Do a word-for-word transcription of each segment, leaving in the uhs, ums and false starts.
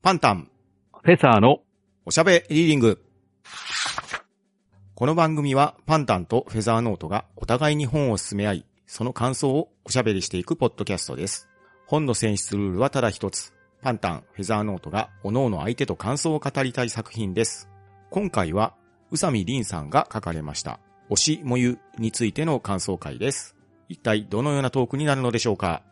パンタン、 フェザーのおしゃべリーディング。この番組はパンタンとフェザーノートがお互いに本を進め合い、その感想をおしゃべりしていくポッドキャストです。本の選出ルールはただ一つ。パンタン、フェザーノートが各々相手と感想を語りたい作品です。今回は宇佐美凛さんが書かれました推しもゆについての感想会です。一体どのようなトークになるのでしょうか。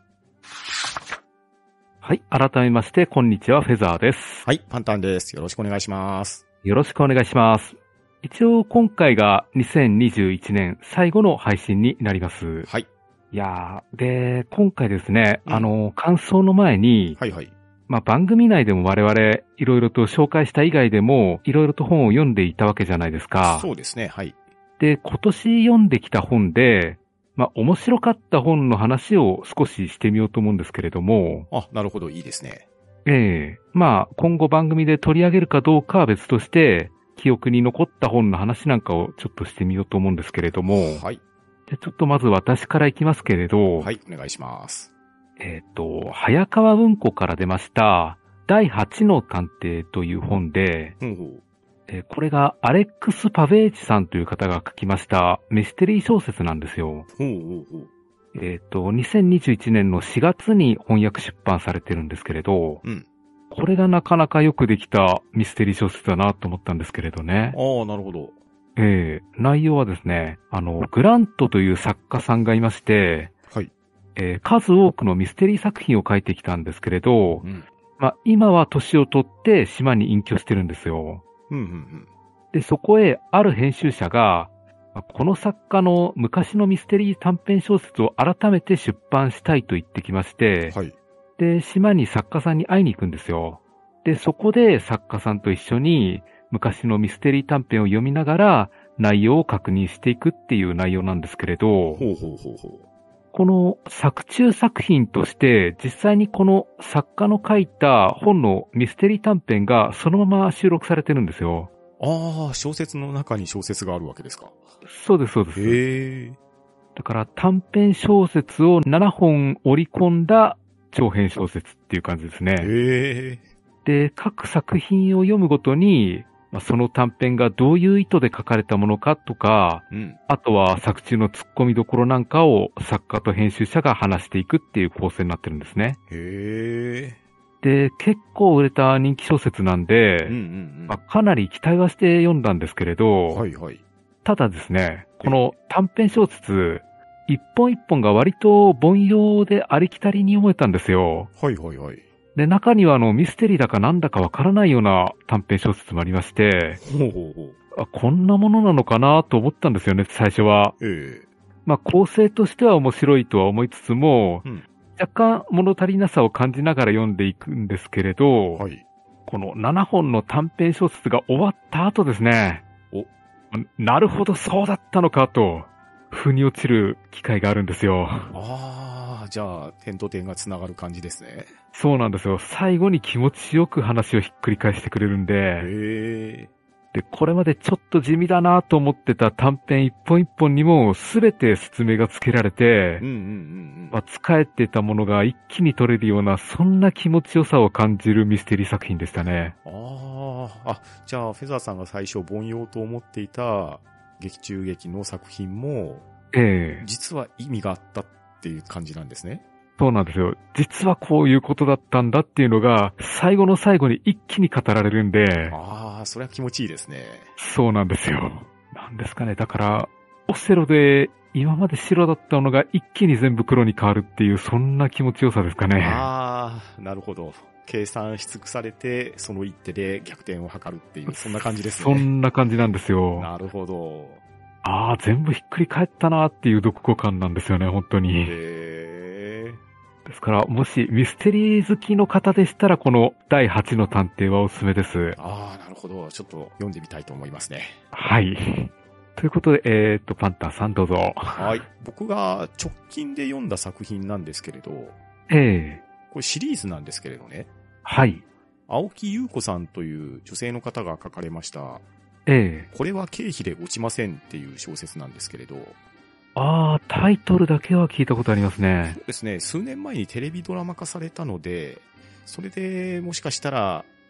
はい。改めまして、こんにちは、フェザーです。 はい、パンタンです。よろしくお願いします。 よろしくお願いします。一応、今回がにせんにじゅういちねん最後の配信になります。 はい。 いやー、で、今回ですね、 うん、 あの、感想の前に、 はいはい。 まあ、番組内でも我々、いろいろと紹介した以外でも、いろいろと本を読んでいたわけじゃないですか。 そうですね、はい。 で、今年読んできた本で、まあ、面白かった本の話を少ししてみようと思うんですけれども。 あ、なるほど、いいですね。 ええまあ、今後番組で取り上げるかどうかは別として、記憶に残った本の話なんかをちょっとしてみようと思うんですけれども。 はい。 じゃちょっとまず私からいきますけれど。 はい、お願いします。 えっと、早川文庫から出ました、だいはちの探偵という本で、 ほうほう。 えーこれがアレックス・パベーチさんという方が書きましたミステリー小説なんですよ。 ほうほうほう。 えっと、にせんにじゅういちねんのしがつに翻訳出版されてるんですけれど、 うん。 これがなかなかよくできたミステリー小説だなと思ったんですけれどね。 ああ、なるほど。 ええ内容はですね、あの、グラントという作家さんがいまして、 はい。 えー数多くのミステリー作品を書いてきたんですけれど、 うん。 まあ、今は年を取って島に隠居してるんですよ。 うん、うん、うん。 で、そこへある編集者が、まあこの作家の昔のミステリー短編小説を改めて出版したいと言ってきまして、 はい。 で、島に作家さんに会いに行くんですよ。で、そこで作家さんと一緒に昔のミステリー短編を読みながら内容を確認していくっていう内容なんですけれど、 ほうほうほうほう。 この作中作品として実際にこの作家の書いた本のミステリー短編がそのまま収録されてるんですよ。 ああ、小説の中に小説があるわけですか。 そうです、そうです。 へえ。 だから短編小説をななほん織り込んだ長編小説っていう感じですね。 へえ。 で、各作品を読むごとに、まあ、その短編がどういう意図で書かれたものかとか、 うん。 あとは作中の突っ込みどころなんかを作家と編集者が話していくっていう構成になってるんですね。 へえ。 で、結構売れた人気小説なんで、 うんうんうん。 まあ、かなり期待はして読んだんですけれど、 はいはい。 ただですね、この短編小説、一本一本が割と凡庸でありきたりに思えたんですよ。 はいはいはい。 で、中にはあのミステリーだかなんだかわからないような短編小説もありまして、 ほうほうほう。 あ、こんなものなのかなと思ったんですよね、最初は。 ええ。 まあ構成としては面白いとは思いつつも、 うん。 若干物足りなさを感じながら読んでいくんですけれど、 はい。 このななほんの短編小説が終わった後ですね、 お、 なるほどそうだったのかと、腑に落ちる機会があるんですよ。 ああ、じゃあ、点と点が繋がる感じですね。 そうなんですよ。最後に気持ちよく話をひっくり返してくれるんで、 へえ。 で、これまでちょっと地味だなと思ってた短編一本一本にもすべて説明がつけられて、 うんうんうんうん。 まあ、使えてたものが一気に取れるような、そんな気持ちよさを感じるミステリー作品でしたね。 ああ、あ、じゃあ、フェザーさんが最初凡庸と思っていた劇中劇の作品も、 ええ実は意味があったっていう感じなんですね。 そうなんですよ。実はこういうことだったんだっていうのが、最後の最後に一気に語られるんで、 ああ、それは気持ちいいですね。 そうなんですよ。なんですかね。だから、オセロで今まで白だったのが一気に全部黒に変わるっていう、そんな気持ちよさですかね。 ああ、なるほど。計算し尽くされて、その一手で逆転を図るっていう、そんな感じですね。 そんな感じなんですよ。 なるほど。 ああ、全部ひっくり返ったなっていう読後感なんですよね、本当に。 へえ。 ですから、もしミステリー好きの方でしたら、このだいはちの探偵はおすすめです。 ああ、なるほど。ちょっと読んでみたいと思いますね。 はい。ということで、えー、っと、パンタンさんどうぞ。 はい。僕が直近で読んだ作品なんですけれど、 ええこれシリーズなんですけれどね。 はい。 青木優子さんという女性の方が書かれました、 ええこれは経費で落ちませんっていう小説なんですけれど、 ああ、タイトルだけは聞いたことありますね。 そうですね、数年前にテレビドラマ化されたので、それでもしかしたら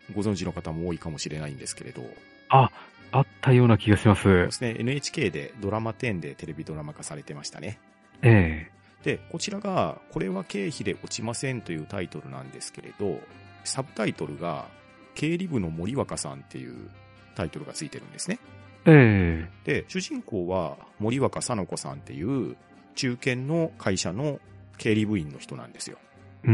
ご存知の方も多いかもしれないんですけれど。 あ、あったような気がします。そうですね。エヌエイチケー でドラマテンでテレビドラマ化されてましたね。 ええ。 で、こちらが、これは経費で落ちませんというタイトルなんですけれど、サブタイトルが、経理部の森若さんっていうタイトルがついてるんですね。 ええ。 で、主人公は森若さの子さんっていう中堅の会社の経理部員の人なんですよ。 うん。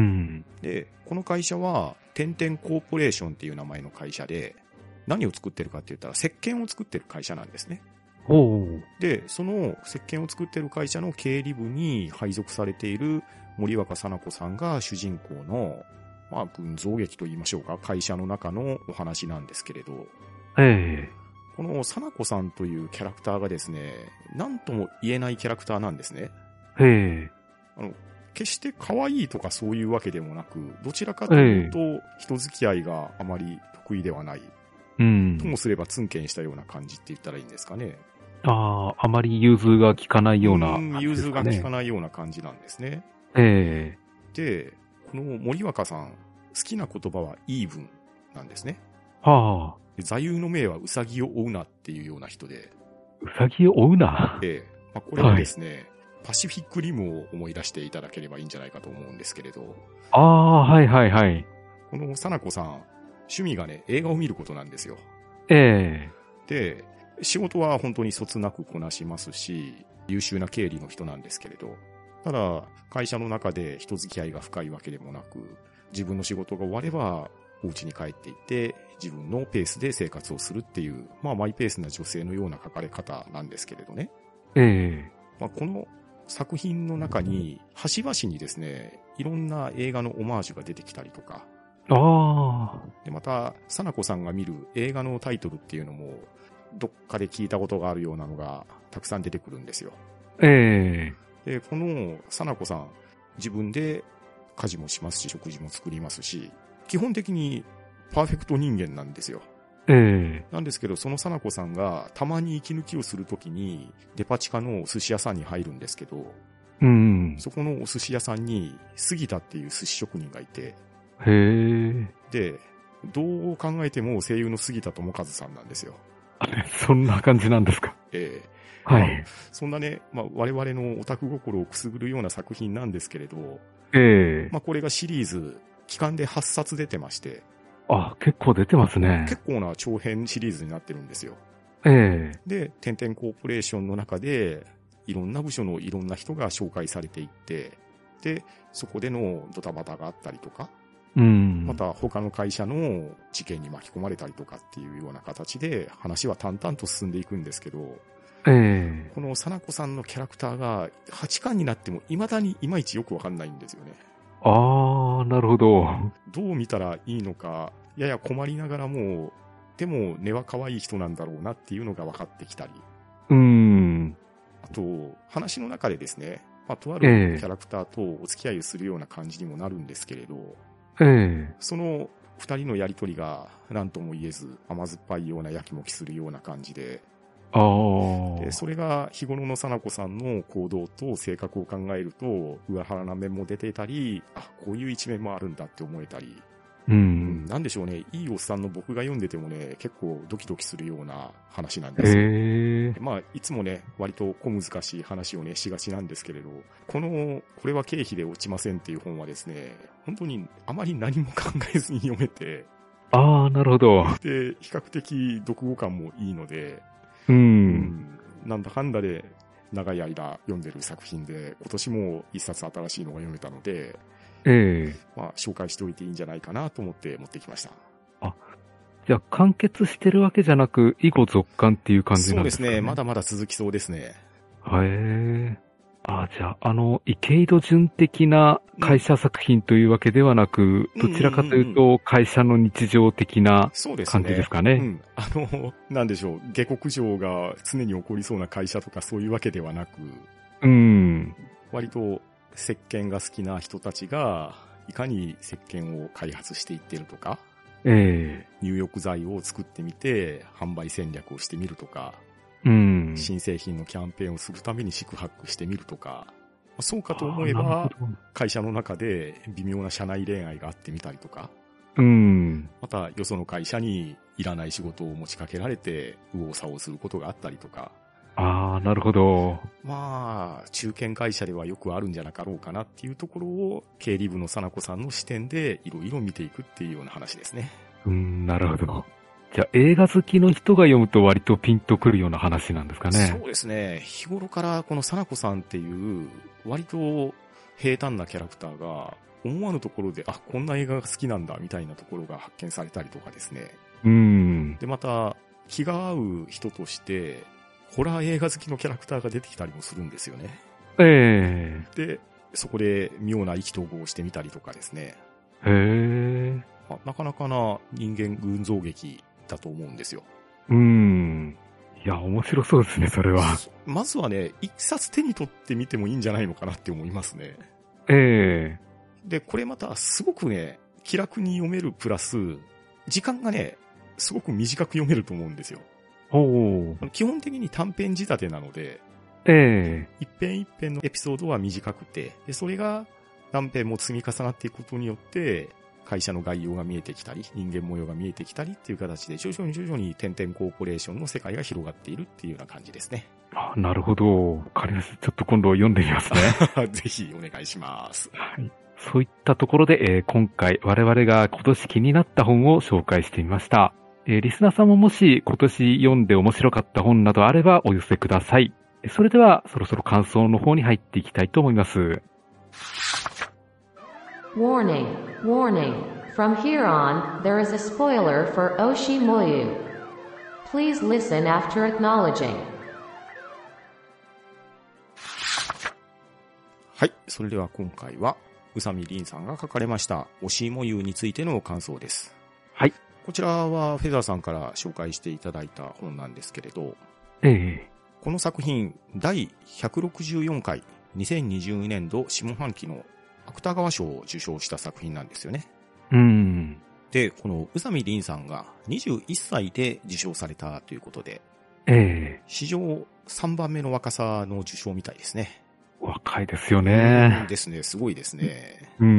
で、この会社は、天天コーポレーションっていう名前の会社で、何を作ってるかって言ったら、石鹸を作ってる会社なんですね。 おう。 で、その石鹸を作ってる会社の経理部に配属されている森若さな子さんが主人公の、まあ、群像劇と言いましょうか、会社の中のお話なんですけれど、 ええ。 このさな子さんというキャラクターがですね、なんとも言えないキャラクターなんですね。 ええ。 あの、決して可愛いとかそういうわけでもなく、どちらかというと、人付き合いがあまり得意ではない。 うん。 ともすればツンケンしたような感じって言ったらいいんですかね。 ああ、あまり融通が効かないような感じですかね。 融通が効かないような感じなんですね。 ええ。 で、この森若さん、好きな言葉はイーブンなんですね。 はあ。 座右の銘はウサギを追うなっていうような人で。 ウサギを追うな。 で、まあ、これはですね、はい、パシフィックリムを思い出していただければいいんじゃないかと思うんですけれど。 ああ、はいはいはい。 このさなこさん、趣味がね、映画を見ることなんですよ。 ええ。 で、仕事は本当にそつなくこなしますし、優秀な経理の人なんですけれど、ただ、会社の中で人付き合いが深いわけでもなく、自分の仕事が終われば、お家に帰っていって、自分のペースで生活をするっていう、まあマイペースな女性のような書かれ方なんですけれどね。 ええ。 まあ、この作品の中に、端々にですね、いろんな映画のオマージュが出てきたりとか、 ああ。 で、また、さなこさんが見る映画のタイトルっていうのも、どっかで聞いたことがあるようなのがたくさん出てくるんですよ。 ええ。で、このさなこさん、自分で家事もしますし、食事も作りますし、基本的にパーフェクト人間なんですよ。 ええ。 なんですけど、そのさなこさんがたまに息抜きをするときに、デパ地下の寿司屋さんに入るんですけど、 うん。 そこのお寿司屋さんに、杉田っていう寿司職人がいて、 へえ。 で、どう考えても声優の杉田智和さんなんですよ。 そんな感じなんですか。 ええ。 はい。 そんなね、まあ、我々のオタク心をくすぐるような作品なんですけれど、 ええ。 まあ、これがシリーズ、期間ではっさつ出てまして、 あ、結構出てますね。 結構な長編シリーズになってるんですよ。 ええ。 で、天天コーポレーションの中で、いろんな部署のいろんな人が紹介されていって、で、そこでのドタバタがあったりとか、 うん、 また他の会社の事件に巻き込まれたりとかっていうような形で話は淡々と進んでいくんですけど、 ええ。 このさなこさんのキャラクターがはちかんになっても未だにいまいちよくわかんないんですよね。 ああ、なるほど。 どう見たらいいのか、やや困りながらも、でも根は可愛い人なんだろうなっていうのが分かってきたり。 うーん。 あと、話の中でですね、まあ、とあるキャラクターとお付き合いをするような感じにもなるんですけれど、 ええ。 その二人のやりとりが何とも言えず甘酸っぱいようなやきもきするような感じで、 ああ。 でそれが日頃のさなこさんの行動と性格を考えると、上原な面も出ていたり、あ、こういう一面もあるんだって思えたり、 うん、 うん、なんでしょうね、いいおっさんの僕が読んでてもね、結構ドキドキするような話なんですよ。 えー、 まあ、いつもね、割と小難しい話をね、しがちなんですけれど、この、これは経費で落ちませんっていう本はですね、本当にあまり何も考えずに読めて、 ああ、なるほど。 で、比較的読後感もいいので、 うん、うん、なんだかんだで長い間読んでる作品で、今年も一冊新しいのが読めたので、 ええまあ、紹介しておいていいんじゃないかなと思って持ってきました。 あ、じゃあ完結してるわけじゃなく、以後続刊っていう感じなんですかね。 そうですね。まだまだ続きそうですね。 へえ。あ、じゃあ、あの、池井戸潤的な会社作品というわけではなく、うん、どちらかというと、会社の日常的な感じですかね。 うん。あの、なんでしょう、下克上が常に起こりそうな会社とかそういうわけではなく、 うん。 割と、石鹸が好きな人たちが、いかに石鹸を開発していってるとか、 ええー、 入浴剤を作ってみて、販売戦略をしてみるとか、 うん、 新製品のキャンペーンをするために四苦八苦してみるとか、そうかと思えば、会社の中で微妙な社内恋愛があってみたりとか、 ううん。 また、よその会社にいらない仕事を持ちかけられて、右往左往することがあったりとか。 ああ、なるほど。 まあ、中堅会社ではよくあるんじゃなかろうかなっていうところを、経理部のさなこさんの視点でいろいろ見ていくっていうような話ですね。 うん、なるほど。じゃあ映画好きの人が読むと割とピンとくるような話なんですかね。 そうですね。日頃からこのさなこさんっていう割と平坦なキャラクターが思わぬところで、あ、こんな映画が好きなんだみたいなところが発見されたりとかですね。 うん。 で、また気が合う人としてホラー映画好きのキャラクターが出てきたりもするんですよね。 ええー。 で、そこで妙な意気投合をしてみたりとかですね。 へえ。 なかなかな人間群像劇だと思うんですよ。 うーん。いや、面白そうですね、それは。 まずはね、一冊手に取ってみてもいいんじゃないのかなって思いますね。 ええー。で、これまたすごくね、気楽に読めるプラス、時間がね、すごく短く読めると思うんですよ。 おー。 基本的に短編仕立てなので、 ええー。 一編一編のエピソードは短くて、でそれが何編も積み重なっていくことによって、会社の概要が見えてきたり、人間模様が見えてきたりっていう形で、徐々に徐々に点々コーポレーションの世界が広がっているっていうような感じですね。 あ、なるほど。わかりました。ちょっと今度読んでみますね。 ぜひお願いします。 はい。そういったところで、えー、今回我々が今年気になった本を紹介してみました。えー、リスナーさんももし今年読んで面白かった本などあればお寄せください。それではそろそろ感想の方に入っていきたいと思います。 Warning, warning. From here on, there is a spoiler for Oshimoyu. Please listen after acknowledging. はい。それでは今回は、宇佐美凛さんが書かれました、オシモユについての感想です。 はい。 こちらはフェザーさんから紹介していただいた本なんですけれど、 ええ。 この作品、だいひゃくろくじゅうよんかい、にせんにじゅうねんど下半期の芥川賞を受賞した作品なんですよね。 うん。 で、この宇佐美凛さんがにじゅういっさいで受賞されたということで、 ええ。 史上さんばんめの若さの受賞みたいですね。 若いですよね。 ですね、すごいですね。 うん。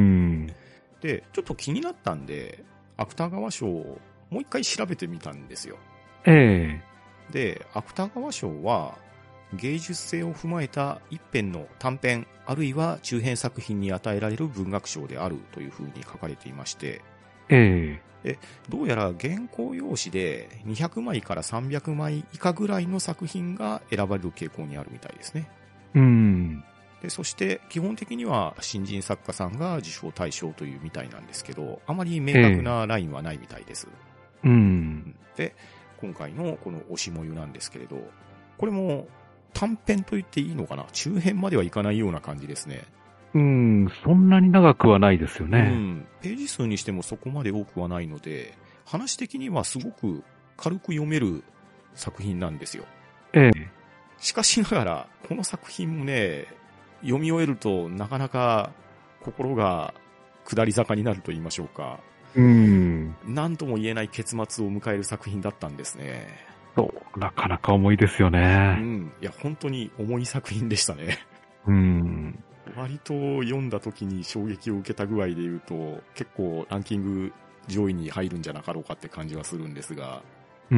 で、ちょっと気になったんで、芥川賞をもう一回調べてみたんですよ。 ええ。 で、芥川賞は芸術性を踏まえた一編の短編あるいは中編作品に与えられる文学賞であるというふうに書かれていまして、 ええでどうやら原稿用紙でにひゃくまいからさんびゃくまい以下ぐらいの作品が選ばれる傾向にあるみたいですね。 うん。 でそして基本的には新人作家さんが受賞対象というみたいなんですけど、あまり明確なラインはないみたいです。 えー、うん。 で今回のこの推しもゆなんですけれど、これも短編と言っていいのかな、中編まではいかないような感じですね。 うん、そんなに長くはないですよね。 うん、ページ数にしてもそこまで多くはないので、話的にはすごく軽く読める作品なんですよ。 ええ。 しかしながら、この作品もね、読み終えるとなかなか心が下り坂になると言いましょうか。 うん。 何とも言えない結末を迎える作品だったんですね。 そう、なかなか重いですよね。 うん。いや、本当に重い作品でしたね。 うん。 割と読んだ時に衝撃を受けた具合で言うと、結構ランキング上位に入るんじゃなかろうかって感じはするんですが。 うん。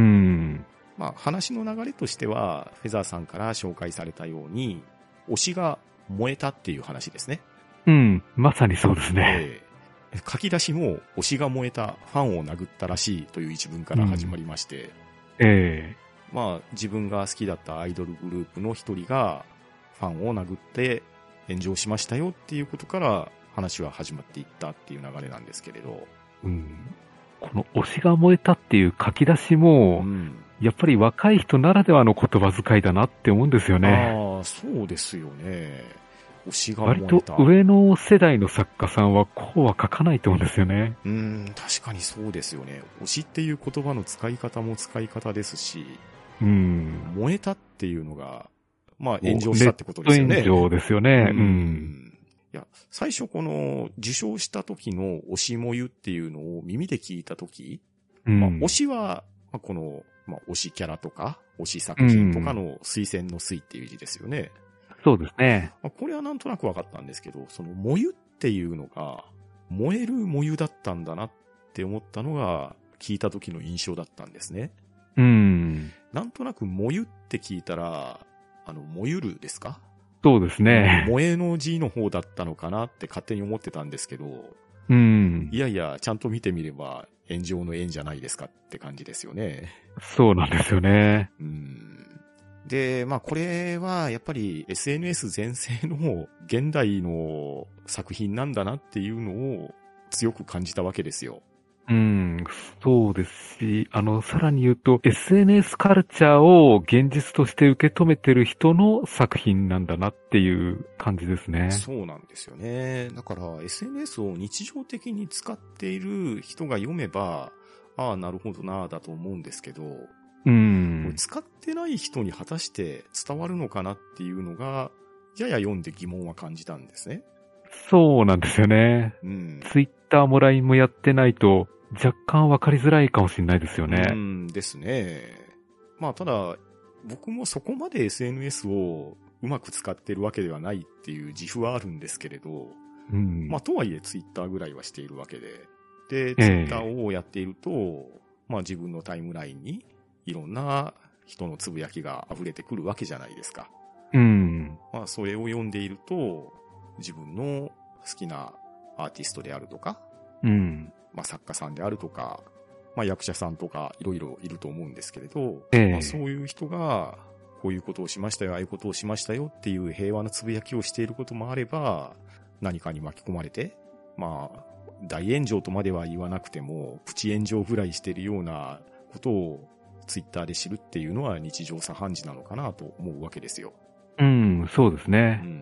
まあ話の流れとしては、フェザーさんから紹介されたように、推しが燃えたっていう話ですね。 うん、まさにそうですね。 えー書き出しも推しが燃えた、ファンを殴ったらしいという一文から始まりまして、 うん、ええー、まあ自分が好きだったアイドルグループの一人がファンを殴って炎上しましたよっていうことから話は始まっていったっていう流れなんですけれど、 うん、この推しが燃えたっていう書き出しも、うん、やっぱり若い人ならではの言葉遣いだなって思うんですよね。 ああ、そうですよね。推しが燃えた。 割と上の世代の作家さんはこうは書かないと思うんですよね。 うーん、確かにそうですよね。推しっていう言葉の使い方も使い方ですし、 うん、 燃えたっていうのが、まあ炎上したってことですよね。 炎上ですよね。うん。うん、 いや、最初この受賞した時の推しもゆっていうのを耳で聞いた時、うんまあ、推しは、まあ、この、まあ、推しキャラとか、推し作品とかの推薦の推っていう字ですよね。 そうですね。 まあ、これはなんとなく分かったんですけど、その、もゆっていうのが、燃えるもゆだったんだなっって思ったのが聞いた時の印象だったんですね。 うん。 なんとなくもゆって聞いたら、あの、もゆるですか？ そうですね。 萌えの字の方だったのかなって勝手に思ってたんですけど、 うん。 いやいや、ちゃんと見てみれば、炎上の炎じゃないですかって感じですよね。 そうなんですよね。 うん。で、まあこれはやっぱり エスエヌエス 全盛の現代の作品なんだなっていうのを強く感じたわけですよ。 うん、そうですし、あの、さらに言うと、エスエヌエス カルチャーを現実として受け止めてる人の作品なんだなっていう感じですね。 そうなんですよね。だから エスエヌエス を日常的に使っている人が読めば、ああ、なるほどな、だと思うんですけど、 うん。 使ってない人に果たして伝わるのかなっていうのが、やや読んで疑問は感じたんですね。 そうなんですよね。 うん。 ツイッターも ライン もやってないと、若干わかりづらいかもしれないですよね。 うんですね。まあただ、僕もそこまで エスエヌエス をうまく使ってるわけではないっていう自負はあるんですけれど、 うん、 まあとはいえツイッターぐらいはしているわけで、で、ツイッターをやっていると、えー、まあ自分のタイムラインにいろんな人のつぶやきが溢れてくるわけじゃないですか。 うん。 まあそれを読んでいると、自分の好きなアーティストであるとか、 うん。 まあ作家さんであるとか、まあ役者さんとかいろいろいると思うんですけれど、 えーまあ、そういう人がこういうことをしましたよ、ああいうことをしましたよっていう平和なつぶやきをしていることもあれば、何かに巻き込まれて、まあ大炎上とまでは言わなくてもプチ炎上ぐらいしているようなことをツイッターで知るっていうのは日常茶飯事なのかなと思うわけですよ。 うん、そうですね。 うん、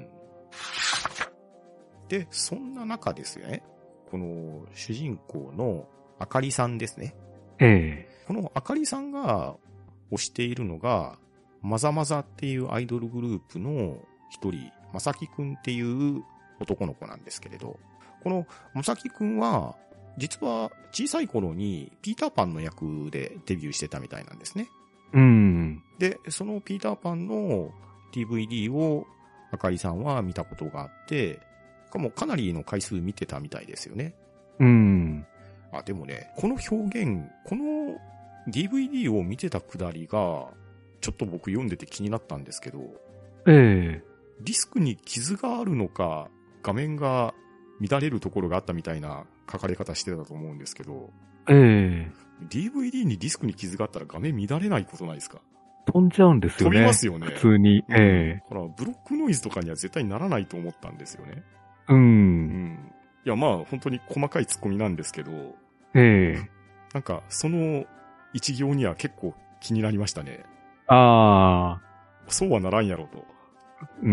で、そんな中ですね、この主人公のあかりさんですね。 ええ。 このあかりさんが推しているのが、まざまざっていうアイドルグループの一人、まさきくんっていう男の子なんですけれど、このまさきくんは、実は小さい頃にピーターパンの役でデビューしてたみたいなんですね。 うん。 で、そのピーターパンの ディーブイディー をあかりさんは見たことがあって、かもかなりの回数見てたみたいですよね。 うん。 あ、でもね、この表現、この ディーブイディー を見てたくだりが、ちょっと僕読んでて気になったんですけど、 ええ。 ディスクに傷があるのか、画面が乱れるところがあったみたいな書かれ方してたと思うんですけど、 ええ。 ディーブイディー にディスクに傷があったら画面乱れないことないですか？ 飛んじゃうんですよね。 飛びますよね。 普通に。ええ。 だからブロックノイズとかには絶対ならないと思ったんですよね。 うん。 うん。いや、まあ本当に細かい突っ込みなんですけど、 ええ。 なんかその一行には結構気になりましたね。 ああ。 そうはならんやろと。 うん、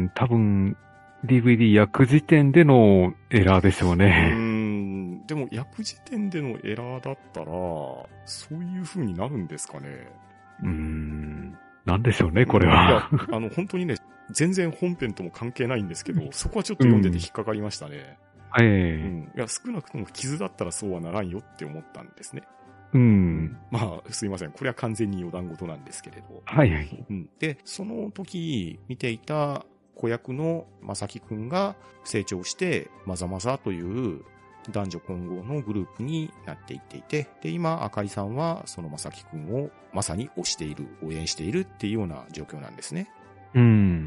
多分、ディーブイディー 焼く時点でのエラーでしょううーね。 ん。でも焼く時点でのエラーだったら、そういう風になるんですかね。 うーん。なんでしょうね、これは。 いや、あの本当にね、全然本編とも関係ないんですけど、そこはちょっと読んでて引っかかりましたね。 ええ。 うん。いや、少なくとも傷だったらそうはならんよって思ったんですね。 うん。 まあ、すいません。これは完全に余談事なんですけれど。 はいはい。 うん。で、その時見ていた子役のまさきくんが成長して、まざまざという男女混合のグループになっていっていて、で、今、あかりさんはそのまさきくんをまさに推している、応援しているっていうような状況なんですね。 うん。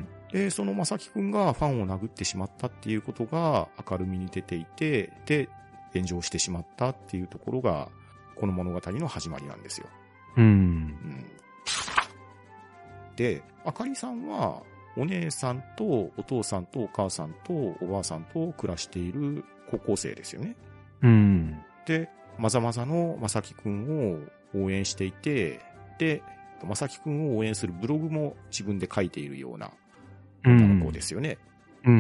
で、そのまさきくんがファンを殴ってしまったっていうことが明るみに出ていて、で、炎上してしまったっていうところが、この物語の始まりなんですよ。 うん。 うん、で、あかりさんは、お姉さんとお父さんとお母さんとおばあさんと暮らしている高校生ですよね。 うん。 で、まざまざのまさきくんを応援していて、で、まさきくんを応援するブログも自分で書いているような女の子ですよね。 うん。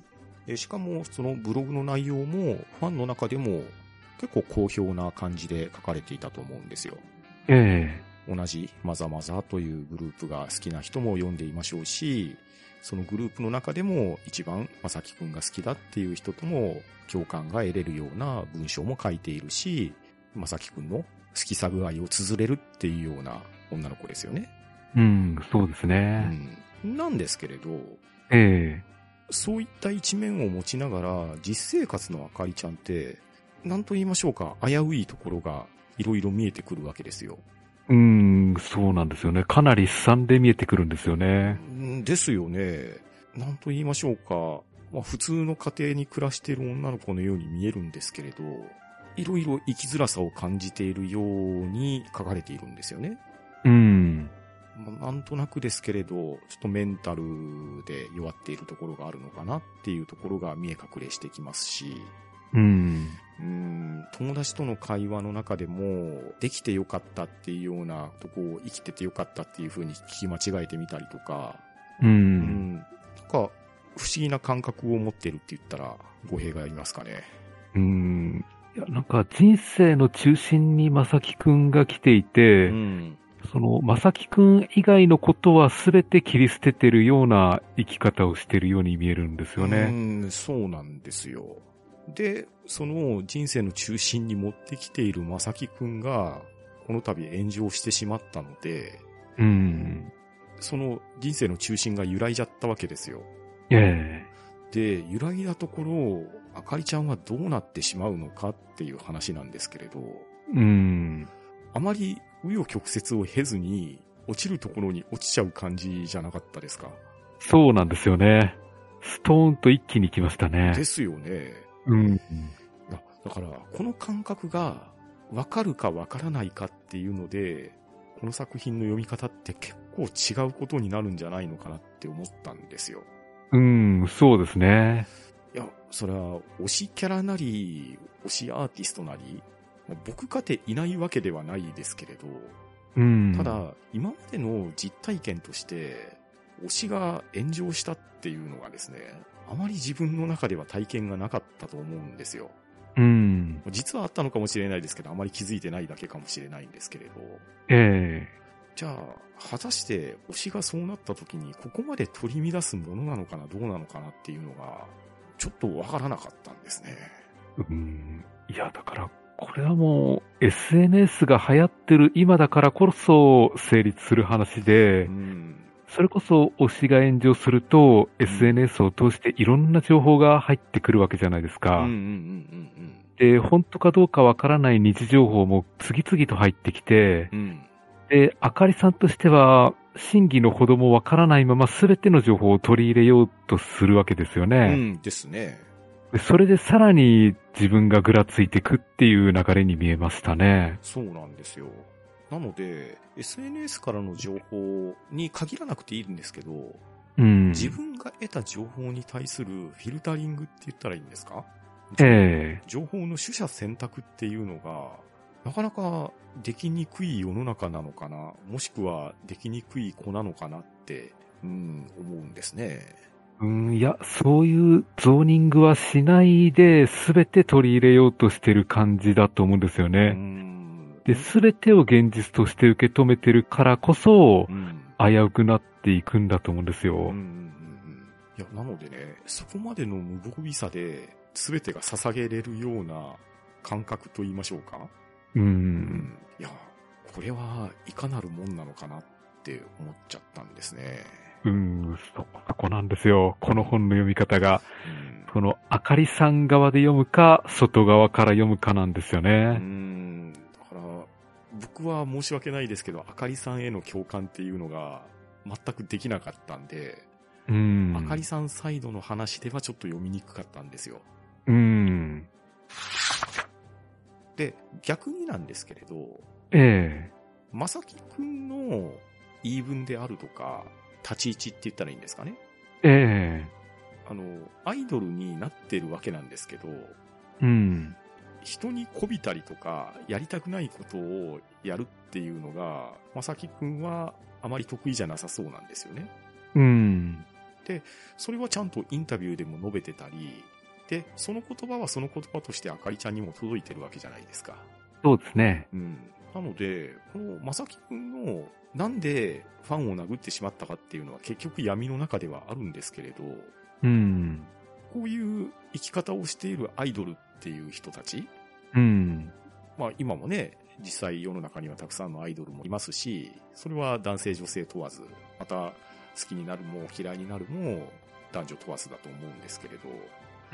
でしかも、そのブログの内容もファンの中でも結構好評な感じで書かれていたと思うんですよ。 ええ。同じまざまざというグループが好きな人も読んでいましょうし、そのグループの中でも一番まさきくんが好きだっていう人とも共感が得れるような文章も書いているし、まさきくんの好きさ具合を綴れるっていうような女の子ですよね。 うん、そうですね。 うん、なんですけれど、 ええ。 そういった一面を持ちながら、実生活のあかりちゃんって、 なんと言いましょうか、危ういところがいろいろ見えてくるわけですよ。 うーん、そうなんですよね。かなり悲惨で見えてくるんですよね。 ですよね。なんと言いましょうか、まあ、普通の家庭に暮らしている女の子のように見えるんですけれど、いろいろ生きづらさを感じているように書かれているんですよね。 うん。 まあ、なんとなくですけれど、ちょっとメンタルで弱っているところがあるのかなっていうところが見え隠れしてきますし、 うん。 うーん、友達との会話の中でも、できてよかったっていうようなとこを生きててよかったっていう風に聞き間違えてみたりとか、 うん。 うん、なんか不思議な感覚を持ってるって言ったら語弊がありますかね。 うん。いや、なんか人生の中心にまさきくんが来ていて、 うん、 そのまさきくん以外のことはすべて切り捨ててるような生き方をしてるように見えるんですよね。 うん、そうなんですよ。で、その人生の中心に持ってきているまさきくんが、この度炎上してしまったので、 うん。 その人生の中心が揺らいじゃったわけですよ。 ええ。 で、揺らいだところ、あかりちゃんはどうなってしまうのかっていう話なんですけれど、 うん。 あまり紆余曲折を経ずに、落ちるところに落ちちゃう感じじゃなかったですか。 そうなんですよね。ストーンと一気に来ましたね。 ですよね。 うん。 いやだから、この感覚が分かるか分からないかっていうので、この作品の読み方って結構違うことになるんじゃないのかなって思ったんですよ。 うん、そうですね。 いや、それは推しキャラなり、推しアーティストなり、僕かていないわけではないですけれど、 うん。 ただ、今までの実体験として、推しが炎上したっていうのがですね、あまり自分の中では体験がなかったと思うんですよ。 うん。 実はあったのかもしれないですけど、あまり気づいてないだけかもしれないんですけれど。 ええ。 じゃあ、果たして推しがそうなった時に、ここまで取り乱すものなのかな、どうなのかなっていうのが、ちょっとわからなかったんですね。 うん。いや、だから、これはもう、エスエヌエス が流行ってる今だからこそ成立する話で、 うん、 それこそ推しが炎上すると、エスエヌエス を通していろんな情報が入ってくるわけじゃないですか。 うんうんうんうんうんで、本当かどうかわからない二次情報も次々と入ってきて、 うん、 で、あかりさんとしては、真偽のほどもわからないまま全ての情報を取り入れようとするわけですようね。 んですね。 でそれでさらに自分がぐらついてくっていう流れに見えましたね。 そうなんですよ。なので、エスエヌエス からの情報に限らなくていいんですけど、 うん。 自分が得た情報に対するフィルタリングって言ったらいいんですか？ ええ。 情報の取捨選択っていうのが、なかなかできにくい世の中なのかな、もしくはできにくい子なのかなって、うん、思うんですね。 うん、いや、そういうゾーニングはしないで、すべて取り入れようとしてる感じだと思うんですようね。 ん。 で、すべてを現実として受け止めてるからこそう、ん。 危うくなっていくんだと思うんですよ。 うんうんうんうん。いや、なのでね、そこまでの無防備さで、すべてが捧げれるような感覚と言いましょうか。 う。 うんん。いや、これはいかなるもんなのかなって思っちゃったんですね。 うん、そこなんですよ。この本の読み方が。 うん。 このあかりさん側で読むか、外側から読むかなんですようね。 ん。だから、僕は申し訳ないですけど、あかりさんへの共感っていうのが全くできなかったんで、 うん。 あかりさんサイドの話ではちょっと読みにくかったんですよ。 うん。 で、逆になんですけれど、 ええ。 まさきくんの言い分であるとか、立ち位置って言ったらいいんですかね。 ええ。 あの、アイドルになってるわけなんですけど、 うん。 人に媚びたりとか、やりたくないことをやるっていうのが、まさきくんはあまり得意じゃなさそうなんですよね。 うん。 それはちゃんとインタビューでも述べてたり、で、その言葉はその言葉としてあかりちゃんにも届いてるわけじゃないですか。 そうですね。 うん。なので、このまさきくんのなんでファンを殴ってしまったかっていうのは結局闇の中ではあるんですけれど、 うん。 こういう生き方をしているアイドルっていう人たち、 うん。 まあ今もね、実際世の中にはたくさんのアイドルもいますし、それは男性女性問わず、また好きになるも嫌いになるも男女問わずだと思うんですけれど、 うん。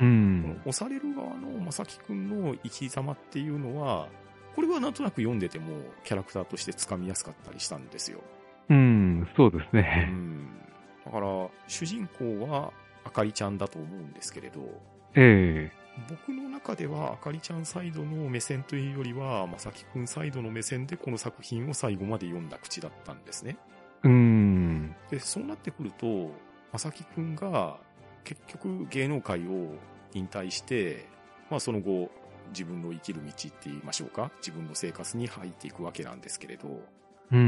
押される側のまさきくんの生き様っていうのは、これはなんとなく読んでてもキャラクターとしてつかみやすかったりしたんですよ。 うん、そうですうね。 ん。だから、主人公はあかりちゃんだと思うんですけれど、 ええ僕の中ではあかりちゃんサイドの目線というよりは、まさきくんサイドの目線でこの作品を最後まで読んだ口だったんですね。 うん。 で、そうなってくると、まさきくんが結局芸能界を引退して、まあその後自分の生きる道って言いましょうか、自分の生活に入っていくわけなんですけれど、 うん。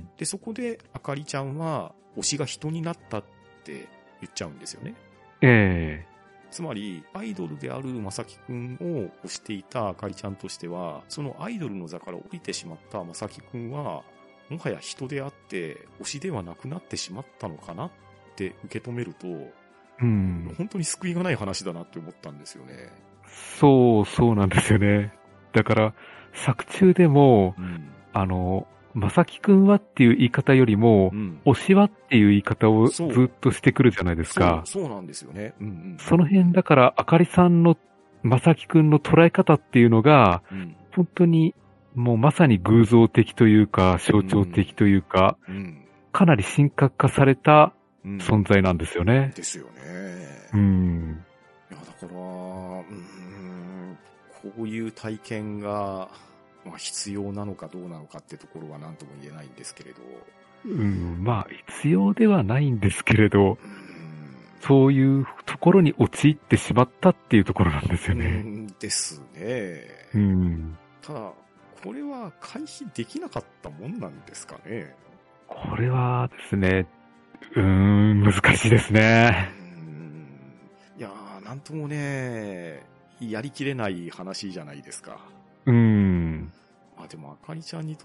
で、そこであかりちゃんは推しが人になったって言っちゃうんですよね。 ええつまり、アイドルであるまさきくんを推していたあかりちゃんとしては、そのアイドルの座から降りてしまったまさきくんは、もはや人であって、推しではなくなってしまったのかなって受け止めると、 うん。 本当に救いがない話だなって思ったんですよね。 そう、そうなんですよね。だから、作中でも、 うん。 あの、まさきくんはっていう言い方よりも、 うん。 推しはっていう言い方をずそうっとしてくるじゃないですか。 そう、そうなんですよね。うんうん。 その辺だから、あかりさんのまさきくんの捉え方っていうのが、 うん。 本当にもうまさに偶像的というか、象徴的というか、 うん。 かなり神格化されたうん。 存在なんですよね。 ですよね。 うん。 いや、だから、うーん、こういう体験が、まあ、必要なのかどうなのかってところは何とも言えないんですけれど。 うん、まあ、必要ではないんですけれど、 うーん、 そういうところに陥ってしまったっていうところなんですようね。 んですね。 うん。 ただ、これは回避できなかったもんなんですかね。 これはですね、うーん、難しいですうね。 ーん、いやー、なんともね、やりきれない話じゃないですか。 うん。 まあでも、あかりちゃんにとって、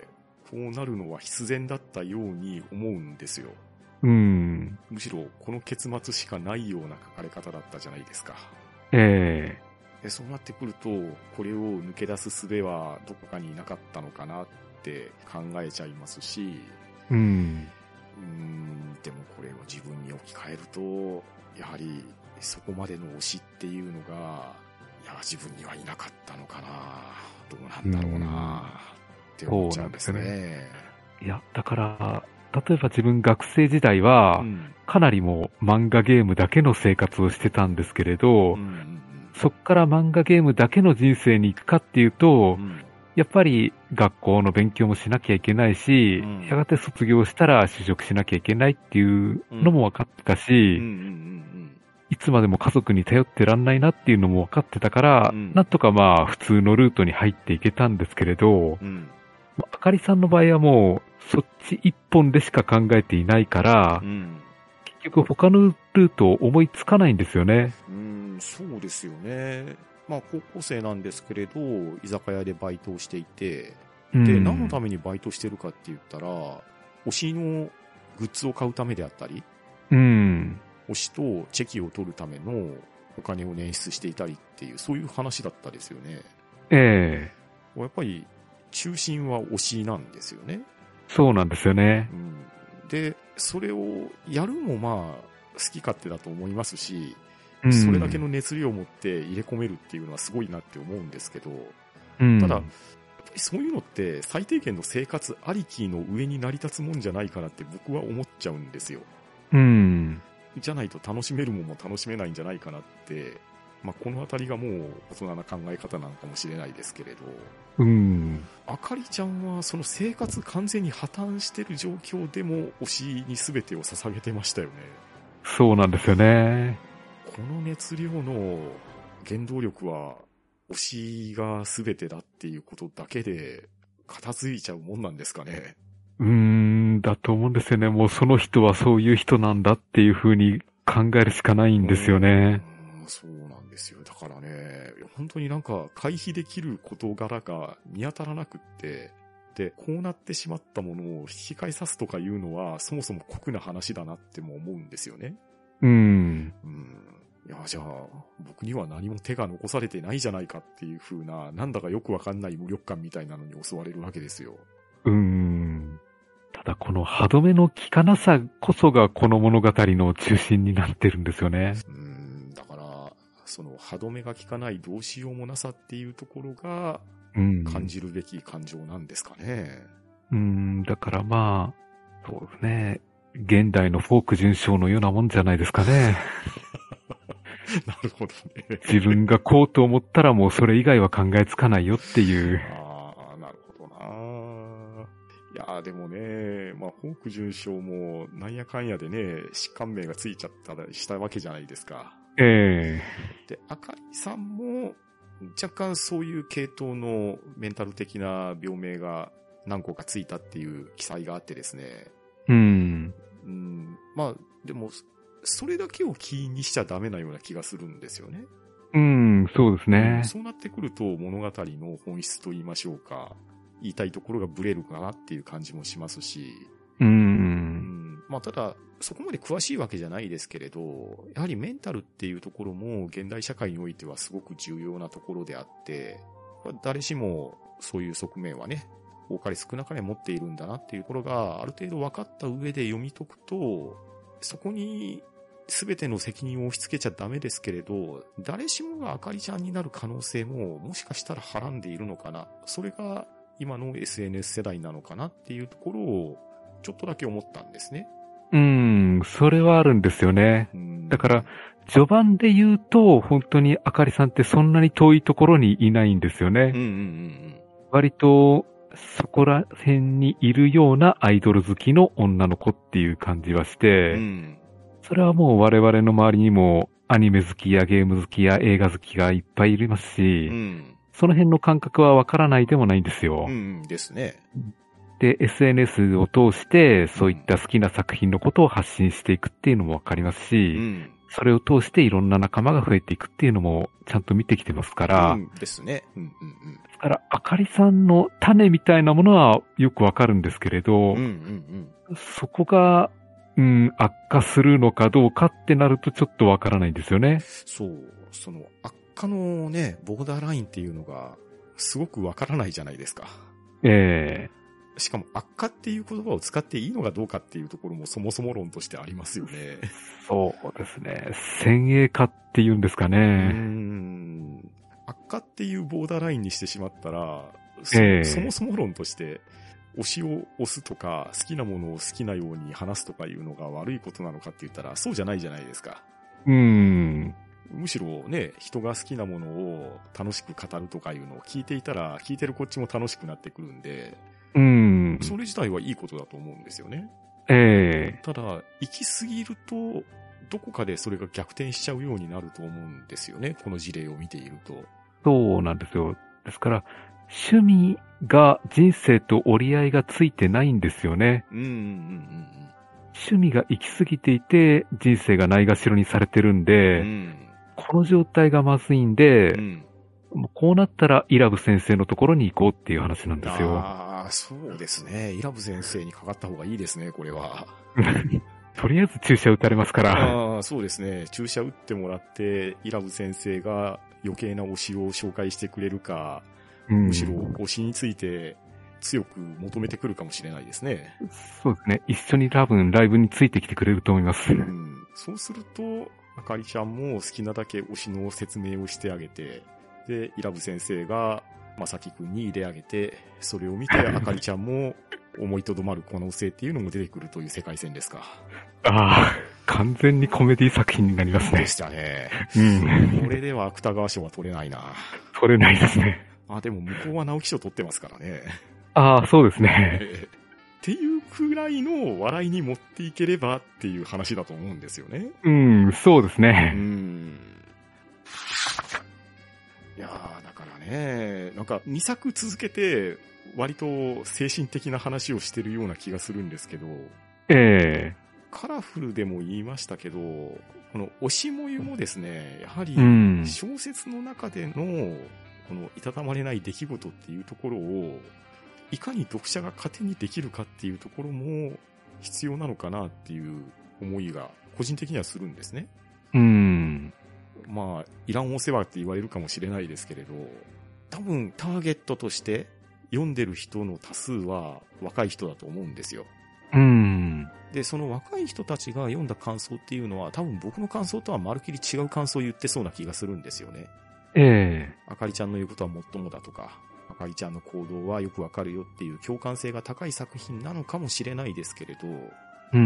こうなるのは必然だったように思うんですよ。 うん。 むしろ、この結末しかないような書かれ方だったじゃないですか。 ええでそうなってくると、これを抜け出す術はどこかになかったのかなって考えちゃいますし、 うん。 うーん、でもこれを自分に置き換えると、やはりそこまでの推しっていうのが、いや、自分にはいなかったのかな、どうなんだろうな、って思っちゃうんですね。 そうなんですいや、だから、例えば自分学生時代は、 うんかなりもう漫画ゲームだけの生活をしてたんですけれど、 うんうんそっから漫画ゲームだけの人生に行くかっていうと、 うんやっぱり学校の勉強もしなきゃいけないし、 うんやがて卒業したら就職しなきゃいけないっていうのも分かってたし、 うんうんうんいつまでも家族に頼ってらんないなっていうのも分かってたから、 うんなんとかまあ普通のルートに入っていけたんですけれど、 うんあかりさんの場合はもうそっち一本でしか考えていないから、 うん結局他のルートを思いつかないんですよね。 うん、そうですよね。まあ高校生なんですけれど、居酒屋でバイトをしていて、 うん、 で、何のためにバイトしてるかって言ったら、推しのグッズを買うためであったり、 うん。 推しとチェキを取るためのお金を捻出していたりっていう、そういう話だったですよね。 ええやっぱり中心は推しなんですよね。 そうなんですよね。 うん、で、それをやるもまあ好き勝手だと思いますし、 うん、 それだけの熱量を持って入れ込めるっていうのはすごいなって思うんですけど、 うん、 ただ、そういうのって最低限の生活ありきの上に成り立つもんじゃないかなって僕は思っちゃうんですよ。 うん。 じゃないと楽しめるもんも楽しめないんじゃないかなって、まあ、このあたりがもう大人な考え方なのかもしれないですけれど、 うん。 あかりちゃんはその生活完全に破綻してる状況でも推しに全てを捧げてましたよね。 そうなんですよね。 この熱量の原動力は推しが全てだっていうことだけで片付いちゃうもんなんですかね。 うーん、だと思うんですよね。もうその人はそういう人なんだっていう風に考えるしかないんですよね。 うん、そうなんですよ。だからね、本当になんか回避できる事柄が見当たらなくって、で、こうなってしまったものを引き返さすとかいうのはそもそも酷な話だなっても思うんですよね。 うん。 うん。いや、じゃあ、僕には何も手が残されてないじゃないかっていう風な、なんだかよくわかんない無力感みたいなのに襲われるわけですよ。 うーん。ただこの歯止めの効かなさこそがこの物語の中心になってるんですよね。 うーん、だから、 その歯止めが効かないどうしようもなさっていうところが、感じるべき感情なんですかね。 うん、うんだからまあ、そうですね。現代のフォーク準将のようなもんじゃないですかね。 なるほどね。 自分がこうと思ったらもうそれ以外は考えつかないよっていう。 ああ、なるほどな。いやーでもね、まあ、フォーク準将もなんやかんやでね、疾患名がついちゃったりしたわけじゃないですか。 ええー。で、赤井さんも若干そういう系統のメンタル的な病名が何個かついたっていう記載があってですね。 うん。 うん、まあ、でも、それだけをキーにしちゃダメなような気がするんですよね。 うん、そうですね、 うん。そうなってくると物語の本質と言いましょうか、言いたいところがブレるかなっていう感じもしますし。 うん。うんうんまあ、ただ、そこまで詳しいわけじゃないですけれど、やはりメンタルっていうところも現代社会においてはすごく重要なところであって、誰しもそういう側面はね、多かれ少なかれ持っているんだなっていうところがある程度分かった上で読み解くと、そこに全ての責任を押し付けちゃダメですけれど、誰しもがあかりちゃんになる可能性ももしかしたらはらんでいるのかな。それが今の エスエヌエス 世代なのかなっていうところをちょっとだけ思ったんですね。 うん、それはあるんですよね。だから、序盤で言うと、本当にあかりさんってそんなに遠いところにいないんですよね。 うんうんうんうん、 割と、そこら辺にいるようなアイドル好きの女の子っていう感じはして、うん、それはもう我々の周りにもアニメ好きやゲーム好きや映画好きがいっぱいいますし、うん、その辺の感覚はわからないでもないんですよ。 うん、ですね。 で、エスエヌエス を通してそういった好きな作品のことを発信していくっていうのもわかりますし、うん、それを通していろんな仲間が増えていくっていうのもちゃんと見てきてますから、 うん、ですね。うんうんうん、 だから、あかりさんの種みたいなものはよくわかるんですけれど、うんうんうん、そこが、うん、悪化するのかどうかってなるとちょっとわからないんですよね。 そう、その悪化のね、ボーダーラインっていうのがすごくわからないじゃないですか。 ええーしかも悪化っていう言葉を使っていいのかどうかっていうところもそもそも論としてありますよね。 そうですね。先鋭化っていうんですかね。うーん。悪化っていうボーダーラインにしてしまったら、そ, えー、そもそも論として推しを推すとか好きなものを好きなように話すとかいうのが悪いことなのかって言ったらそうじゃないじゃないですか。 うーん。 むしろね、人が好きなものを楽しく語るとかいうのを聞いていたら聞いてるこっちも楽しくなってくるんで、 うん。 それ自体はいいことだと思うんですよね。 ええー。 ただ、行き過ぎると、どこかでそれが逆転しちゃうようになると思うんですよね。この事例を見ていると。 そうなんですよ。ですから、趣味が人生と折り合いがついてないんですよね。 うんうんうんうん。 趣味が行き過ぎていて、人生がないがしろにされてるんで、うん、この状態がまずいんで、うんこうなったらイラブ先生のところに行こうっていう話なんですよ。 ああ、そうですね。イラブ先生にかかった方がいいですね、これは。 とりあえず注射打たれますから。 ああ、そうですね。注射打ってもらって、イラブ先生が余計な推しを紹介してくれるか、うん、むしろ推しについて強く求めてくるかもしれないですね。 そうですね。一緒に多分ライブについてきてくれると思います。 うん、そうすると、あかりちゃんも好きなだけ推しの説明をしてあげて、で、イラブ先生が、まさきくんに入れ上げて、それを見て、あかりちゃんも思いとどまる可能性っていうのも出てくるという世界線ですか。 ああ、完全にコメディ作品になりますね。 でしたね。 うん。 これでは芥川賞は取れないな。 取れないですね。 あ、でも向こうは直木賞取ってますからね。 ああ、そうですね。 っていうくらいの笑いに持っていければっていう話だと思うんですよね。 うん、そうですね。 うん。いやー、だからね、なんかにさく続けて割と精神的な話をしてるような気がするんですけど、 ええー、カラフルでも言いましたけど、この推しもゆもですね、やはり小説の中でのこのいたたまれない出来事っていうところをいかに読者が糧にできるかっていうところも必要なのかなっていう思いが個人的にはするんですね。 うん。 まあ、いらんお世話って言われるかもしれないですけれど、多分ターゲットとして読んでる人の多数は若い人だと思うんですよ。 うん。 で、その若い人たちが読んだ感想っていうのは、多分僕の感想とはまるっきり違う感想を言ってそうな気がするんですよね。 ええ。 あかりちゃんの言うことはもっともだとか、あかりちゃんの行動はよくわかるよっていう共感性が高い作品なのかもしれないですけれど、 うん。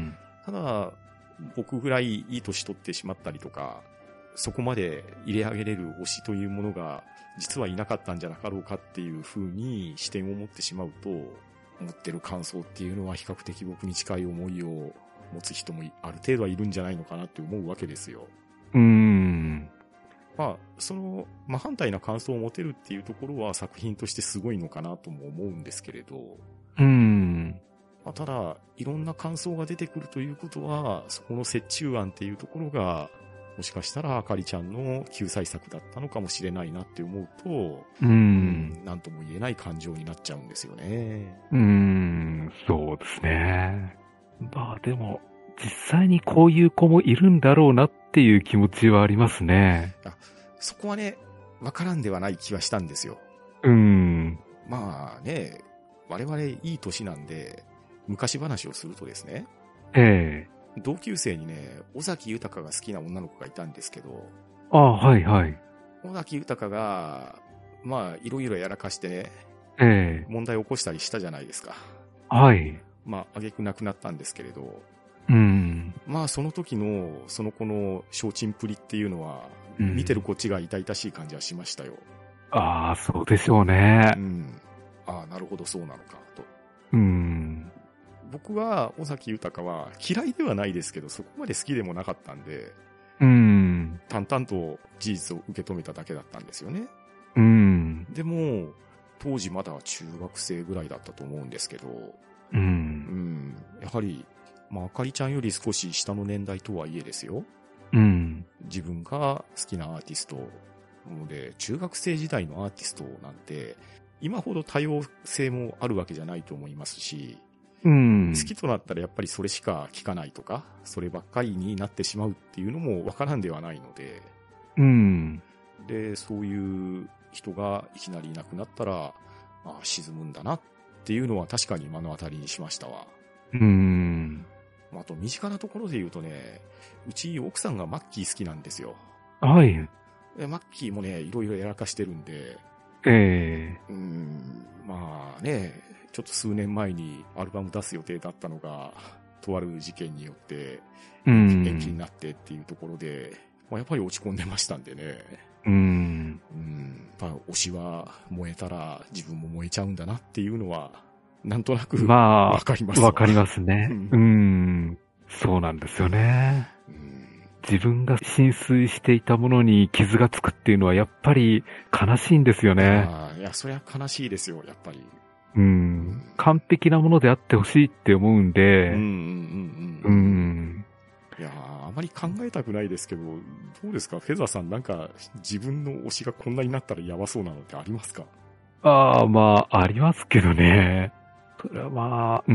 ただ、僕ぐらいいい年取ってしまったりとか、そこまで入れ上げれる推しというものが実はいなかったんじゃなかろうかっていう風に視点を持ってしまうと、持ってる感想っていうのは比較的僕に近い思いを持つ人もある程度はいるんじゃないのかなって思うわけですよ。 うーん。 まあ、その真反対な感想を持てるっていうところは作品としてすごいのかなとも思うんですけれど、 うーん。 まあ、ただ、いろんな感想が出てくるということは、そこの折衷案っていうところが、もしかしたらあかりちゃんの救済策だったのかもしれないなって思うと、 うーん。 なんとも言えない感情になっちゃうんですよね。 うーん。そうですね。まあでも、実際にこういう子もいるんだろうなっていう気持ちはありますね。 あ、そこはね、わからんではない気はしたんですよ。 うーん。 まあね、我々いい年なんで、昔話をするとですね、 ええ。 同級生にね、尾崎豊が好きな女の子がいたんですけど、 ああ、はいはい。 尾崎豊が、まあ、いろいろやらかしてね、 ええ。 問題を起こしたりしたじゃないですか。 はい。 まあ、挙句なくなったんですけれど、 うん。 まあ、その時の、その子の承知んぷりっていうのは、 うん見てるこっちが痛々しい感じはしましたよ。 ああ、そうでしょうねう。ん。ああ、なるほど、そうなのか、と。 うん。 僕は、尾崎豊は嫌いではないですけど、そこまで好きでもなかったんで、 うん。 淡々と事実を受け止めただけだったんですよね。 うん。 でも、当時まだ中学生ぐらいだったと思うんですけど、 う。 うんん、やはり、まあ、あかりちゃんより少し下の年代とはいえですよ。 うん。 自分が好きなアーティストで、中学生時代のアーティストなんて、今ほど多様性もあるわけじゃないと思いますし、 うん。 好きとなったらやっぱりそれしか聞かないとか、そればっかりになってしまうっていうのもわからんではないので、 うん。 で、そういう人がいきなりいなくなったら、あ、沈むんだなっていうのは確かに目の当たりにしましたわ。 うん。 あと身近なところで言うとね、うち奥さんがマッキー好きなんですよ。 はい。 でマッキーもね、いろいろやらかしてるんで、 ええ。 うーん、まあね、ちょっと数年前にアルバム出す予定だったのが、とある事件によってうん。 延期になってっていうところで、まあ、やっぱり落ち込んでましたんでね。 うん。 うん、やっぱ推しは燃えたら自分も燃えちゃうんだなっていうのは、なんとなくまあ、 わかりますわかりますね。 うんうん。そうなんですよね。 うん自分が浸水していたものに傷がつくっていうのはやっぱり悲しいんですよね。 ああ、いや、そりゃ悲しいですよ、やっぱり。 うん。完璧なものであってほしいって思うんで、 うんうんうんううん。 ん。 いやー、あまり考えたくないですけど、どうですかフェザーさん、なんか自分の推しがこんなになったらやばそうなのってありますか？ ああ、まあ、ありますけどね。それはまあ、うん、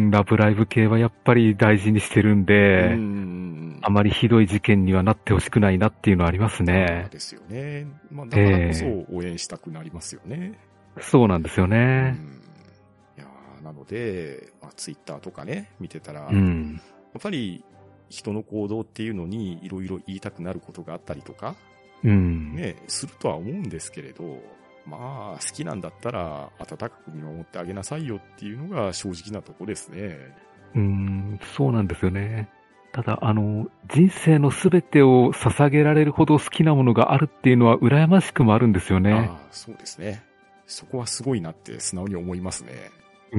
ラブライブ系はやっぱり大事にしてるんで、 うんうんうんあまりひどい事件にはなってほしくないなっていうのはありますそうね。 ですよね。まあ、だからこそ応援したくなりますよね。 そうなんですようね。 んいやーなので、まあ、ツイッターとかね、見てたら、やうん。 っぱり人の行動っていうのにいろいろ言いたくなることがあったりとか、 うん。 ね、するとは思うんですけれど、まあ、好きなんだったら温かく見守ってあげなさいよっていうのが正直なとこですね。 うん、そうなんですよね。ただ、あの、人生のすべてを捧げられるほど好きなものがあるっていうのは羨ましくもあるんですよね。 ああ、そうですね。そこはすごいなって素直に思いますね。 うん。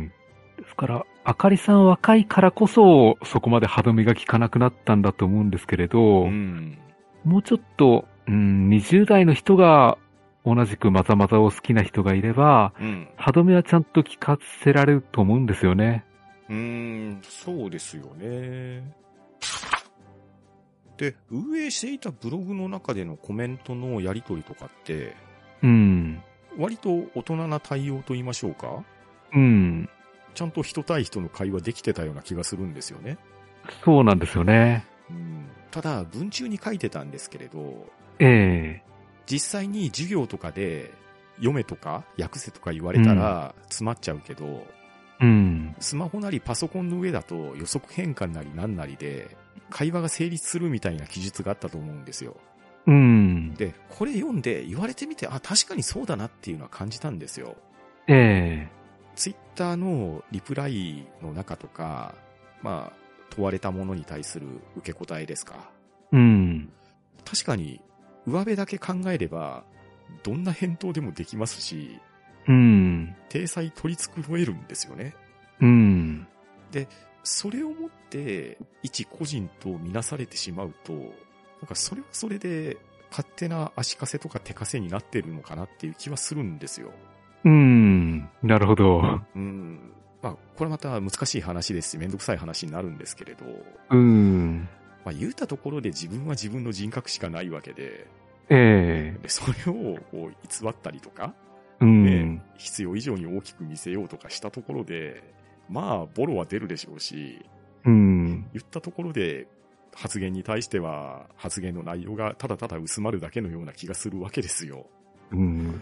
ですから、あかりさん若いからこそ、そこまで歯止めが効かなくなったんだと思うんですけれど、 うん。 もうちょっと、うん、にじゅう代の人が同じくまざまざを好きな人がいれば、 うん。 歯止めはちゃんと効かせられると思うんですよね。 うーん、そうですよね。で、運営していたブログの中でのコメントのやり取りとかって、 うん。 割と大人な対応と言いましょうか？ うん。 ちゃんと人対人の会話できてたような気がするんですよね。 そうなんですよね。 うん、ただ、文中に書いてたんですけれど、 ええ実際に授業とかで読めとか訳せとか言われたら詰まっちゃうけど、 ううん。 スマホなりパソコンの上だと予測変換なりなんなりで、会話が成立するみたいな記述があったと思うんですよ。 うん。 で、これ読んで言われてみて、あ、確かにそうだなっていうのは感じたんですよ。 ええ。 ツイッターのリプライの中とか、まあ、問われたものに対する受け答えですか。 うん。 確かに、上辺だけ考えれば、どんな返答でもできますし、 うん。 体裁取り繕えるんですよね。 うん。 で、それをもって、一個人とみなされてしまうと、なんかそれはそれで、勝手な足かせとか手かせになってるのかなっていう気はするんですよ。 うん。なるほど。 うん。まあ、これまた難しい話ですし、めんどくさい話になるんですけれど、 うん。 まあ、言うたところで自分は自分の人格しかないわけで、 ええ。 でそれをこう偽ったりとか、 うね、 ん。 必要以上に大きく見せようとかしたところで、まあ、ボロは出るでしょうし、 うん。 言ったところで、発言に対しては、発言の内容がただただ薄まるだけのような気がするわけですよ。 うん。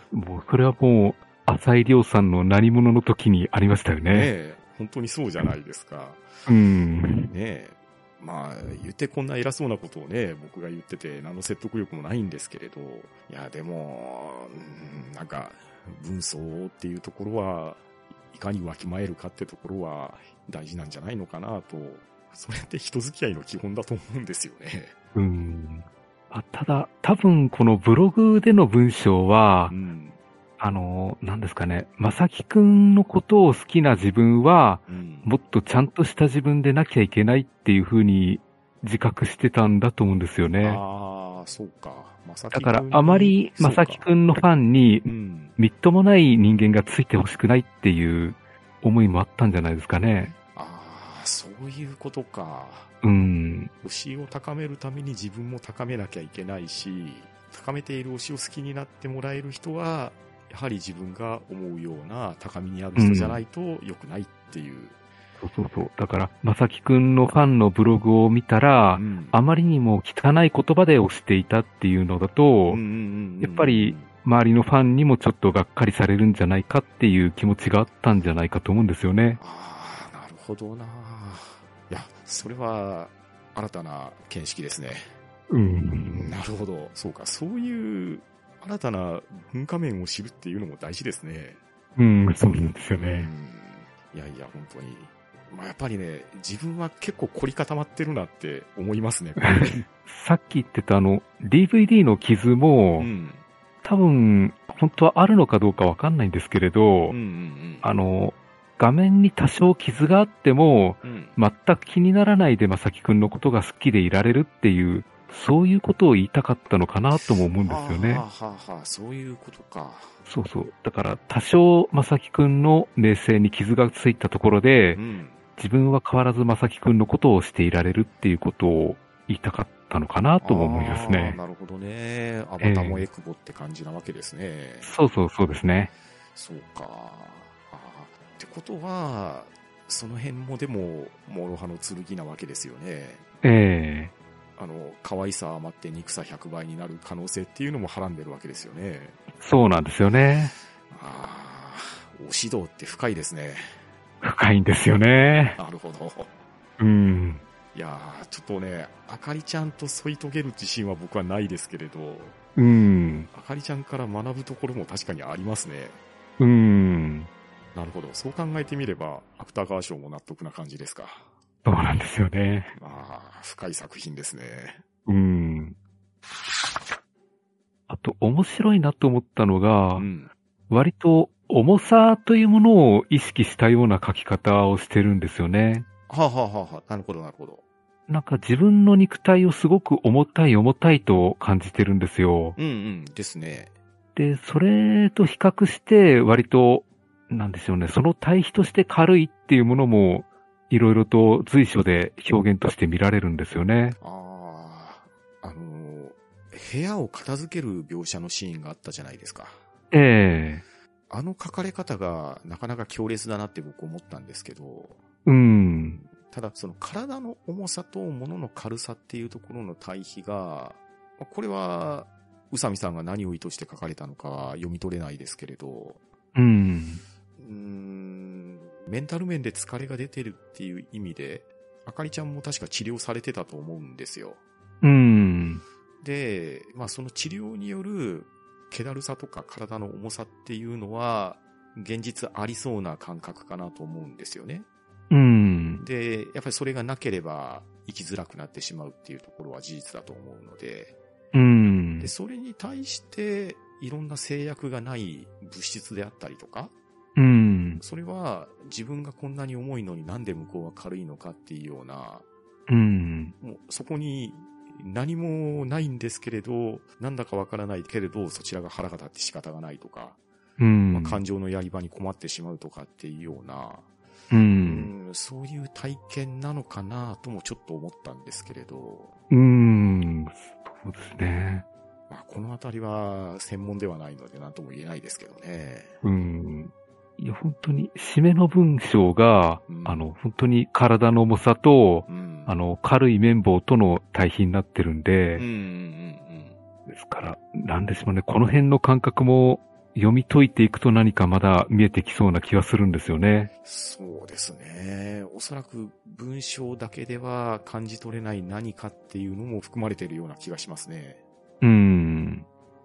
もう、それはもう、浅井亮さんの何者の時にありましたよね。 ねえ、本当にそうじゃないですか。 うん。 ねえ。まあ、言ってこんな偉そうなことをね、僕が言ってて何の説得力もないんですけれど、いや、でも、うん、なんか、文章っていうところは、いかにわきまえるかってところは大事なんじゃないのかなと、それって人付き合いの基本だと思うんですよね。 うん。あ、ただ、多分このブログでの文章は、 うん、 あの、なんですかね、まさきくんのことを好きな自分は、 うん、 もっとちゃんとした自分でなきゃいけないっていうふうに自覚してたんだと思うんですよね。 ああ、そうか。まさきくんだから、あまりまさきくんのファンにう、ん、 みっともない人間がついてほしくないっていう思いもあったんじゃないですかね。 ああ、そういうことか。 うん。 推しを高めるために自分も高めなきゃいけないし、高めている推しを好きになってもらえる人は、やはり自分が思うような高みにある人じゃないと良くないっていう。 そうそうそう。だから、まさきくんのファンのブログを見たら、 うん、 あまりにも汚い言葉で推していたっていうのだと、やっぱり周りのファンにもちょっとがっかりされるんじゃないかっていう気持ちがあったんじゃないかと思うんですよね。 ああ、なるほどな。いや、それは新たな見識ですね。 うん。 なるほど。そうか。そういう新たな文化面を知るっていうのも大事ですね。 うん、そうなんですよね。 うん、いやいや、本当に。まあ、やっぱりね、自分は結構凝り固まってるなって思いますね。 さっき言ってたあの、ディーブイディー の傷も、 うん、 多分、本当はあるのかどうかわかんないんですけれど、 うんうんうん、 あの、画面に多少傷があっても、 うん、 全く気にならないでまさきくんのことが好きでいられるっていう、そういうことを言いたかったのかなとも思うんですよね。 はあはあはあ、そういうことか。 そうそう。だから多少まさきくんの名声に傷がついたところで、 うん、 自分は変わらずまさきくんのことをしていられるっていうことを言いたかったのかなとも思いますね。 なるほどね。アバタもエクボって感じなわけですね。えー、 そうそうそうですね。 そうか。あってことは、その辺もでも、諸刃の剣なわけですよね。 ええー、あの、可愛さ余って憎さひゃくばいになる可能性っていうのもはらんでるわけですよね。 そうなんですよね。 ああ、推し道って深いですね。 深いんですよね。 なるほど。 うん。 いやー、ちょっとね、あかりちゃんと添い遂げる自信は僕はないですけれど、 うん。 あかりちゃんから学ぶところも確かにありますね。 うん。 なるほど。そう考えてみれば、芥川賞も納得な感じですか。 そうなんですよね。 まあ、深い作品ですね。 うん。あと、面白いなと思ったのが、 うん、 割と重さというものを意識したような書き方をしてるんですよね。 はあ、はあはあはあ、なるほど、なるほど。 なんか自分の肉体をすごく重たい重たいと感じてるんですよ。 うんうんですね。 で、それと比較して割と、なんでしょうね、その対比として軽いっていうものも、いろいろと随所で表現として見られるんですよね。 ああ、あのー、部屋を片付ける描写のシーンがあったじゃないですか。 ええあの書かれ方がなかなか強烈だなって僕思ったんですけど、 うん。 ただその体の重さと物の軽さっていうところの対比が、これは宇佐美さんが何を意図して書かれたのかは読み取れないですけれど、 うん。 うーん、 メンタル面で疲れが出てるっていう意味で、あかりちゃんも確か治療されてたと思うんですよ。 うん。 で、まあその治療による気だるさとか体の重さっていうのは、現実ありそうな感覚かなと思うんですよね。 うん。 で、やっぱりそれがなければ生きづらくなってしまうっていうところは事実だと思うので、 うん。 で、それに対していろんな制約がない物質であったりとか、 うん。 それは自分がこんなに重いのになんで向こうは軽いのかっていうような、 うん。 もうそこに何もないんですけれど、なんだかわからないけれど、そちらが腹が立って仕方がないとか、 うんまあ、感情のやり場に困ってしまうとかっていうような、 う。 うんん、そういう体験なのかなともちょっと思ったんですけれど、 うん。そうですね。 まあ、このあたりは専門ではないので何とも言えないですけどね。 うん。いや、本当に、締めの文章が、 うん、 あの、本当に体の重さと、 うん、 あの、軽い綿棒との対比になってるんで、 うんうんうんですから、なんでしょうね、この辺の感覚も読み解いていくと何かまだ見えてきそうな気がするんですよね。 そうですね。おそらく文章だけでは感じ取れない何かっていうのも含まれているような気がしますね。 うーん。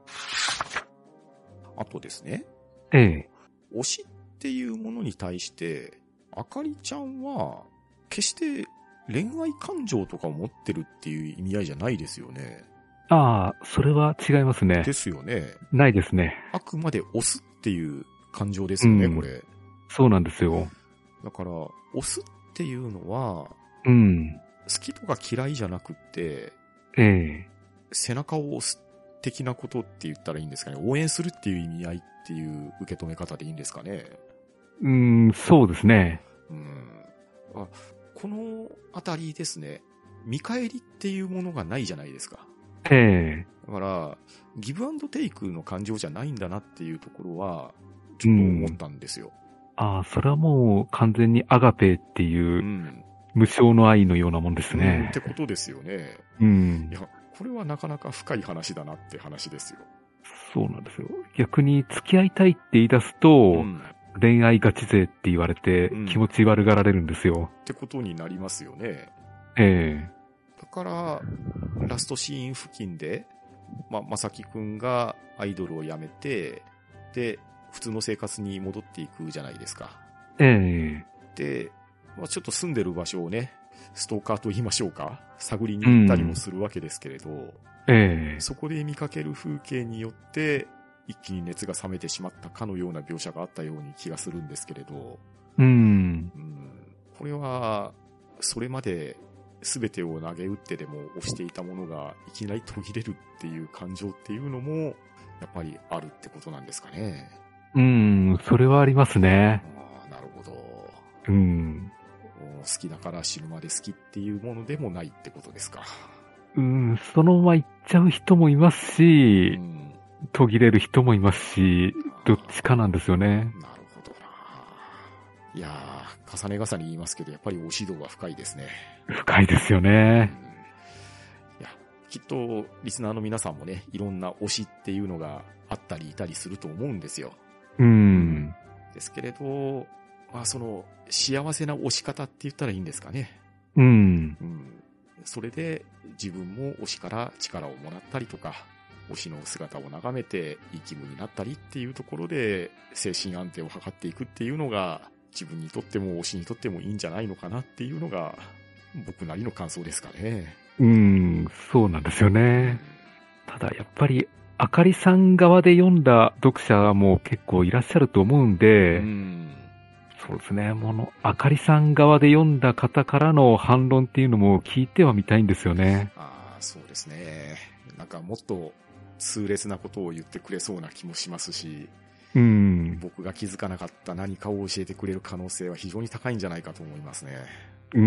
あとですね。 ええ。 推しっていうものに対して、あかりちゃんは、決して恋愛感情とかを持ってるっていう意味合いじゃないですよね。 ああ、それは違いますね。 ですよね。 ないですね。 あくまで推すっていう感情ですよね、 うんこれ。 そうなんですよ。 だから、推すっていうのは、 うん。 好きとか嫌いじゃなくって、 ええ。 背中を押す的なことって言ったらいいんですかね。応援するっていう意味合いっていう受け止め方でいいんですかね。 うーん、そうですね。 うん。あ、このあたりですね。見返りっていうものがないじゃないですか。 ええ。 だから、ギブアンドテイクの感情じゃないんだなっていうところは、ちょっと思ったんですよ。 ああ、それはもう完全にアガペっていう、 うん無償の愛のようなもんですうん、 ねっ。てことですよね。 うんい。や、これはなかなか深い話だなって話ですよ。 そうなんですよ。逆に付き合いたいって言い出すと、 うん、 恋愛ガチ勢って言われてうん気持ち悪がられるんですよ。 ってことになりますよね。 ええ。 だから、ラストシーン付近で、ま、まさきくんがアイドルを辞めて、で、普通の生活に戻っていくじゃないですか。 ええ。 で、まあ、ちょっと住んでる場所をね、ストーカーと言いましょうか、探りに行ったりもするわけですけれど、 ええ。 そこで見かける風景によって、一気に熱が冷めてしまったかのような描写があったように気がするんですけれど、 うん。 うん、これは、それまで全てを投げ打ってでも押していたものがいきなり途切れるっていう感情っていうのも、やっぱりあるってことなんですかね。 うん、それはありますね。 ああ、なるほど。 うん。 好きだから死ぬまで好きっていうものでもないってことですか。 うん、そのまま行っちゃう人もいますし、 うん、 途切れる人もいますし、どっちかなんですよね。 なるほどな。いやー、重ね重ね言いますけど、やっぱり推し度が深いですね。 深いですよね。 いや、きっと、リスナーの皆さんもね、いろんな推しっていうのがあったりいたりすると思うんですよ。 うん。 ですけれど、まあその、幸せな推し方って言ったらいいんですかね。 うん。 うん。それで、自分も推しから力をもらったりとか、推しの姿を眺めていい気分になったりっていうところで、精神安定を図っていくっていうのが、自分にとっても推しにとってもいいんじゃないのかなっていうのが、僕なりの感想ですかね。 うん、そうなんですよね。ただやっぱり、あかりさん側で読んだ読者も結構いらっしゃると思うんで、 うん、 そうですね、もの、あかりさん側で読んだ方からの反論っていうのも聞いてはみたいんですよね。 ああ、そうですね。なんかもっと痛烈なことを言ってくれそうな気もしますし、 うん。 僕が気づかなかった何かを教えてくれる可能性は非常に高いんじゃないかと思いますね。 うん、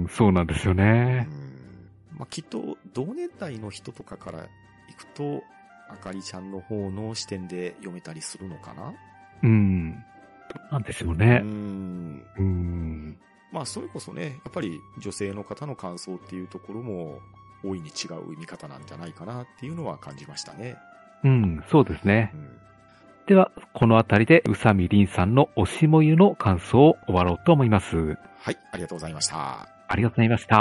そうなんですよね。 うん、まあ、きっと同年代の人とかから行くと、あかりちゃんの方の視点で読めたりするのかな？ うん。なんでしょうね。 うん。 うん。 まあそれこそね、やっぱり女性の方の感想っていうところも大いに違う見方なんじゃないかなっていうのは感じましたね。 うん、そうですね。 うん、 では、このあたりで宇佐美凛さんの推しもゆの感想を終わろうと思います。 はい、ありがとうございました。 ありがとうございました。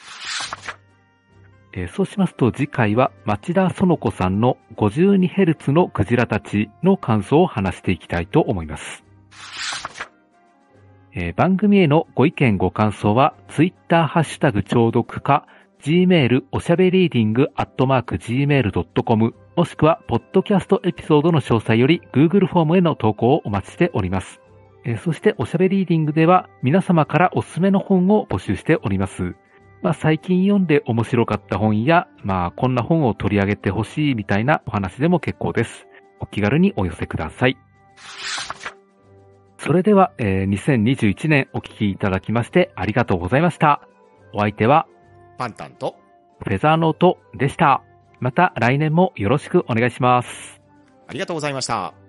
えー、そうしますと次回は町田園子さんの ごじゅうにヘルツ のクジラたちの感想を話していきたいと思います。えー、番組へのご意見ご感想は Twitter ハッシュタグ聴読か Gmail おしゃべりーディングアットマーク ジーメールドットコム もしくはポッドキャストエピソードの詳細より Google フォームへの投稿をお待ちしております。えー、そしておしゃべりーディングでは皆様からおすすめの本を募集しております。まあ、最近読んで面白かった本や、まあ、こんな本を取り上げてほしいみたいなお話でも結構です。お気軽にお寄せください。それでは、えー、にせんにじゅういちねんお聞きいただきましてありがとうございました。お相手はパンタンとフェザーノートでした。また来年もよろしくお願いします。 ありがとうございました。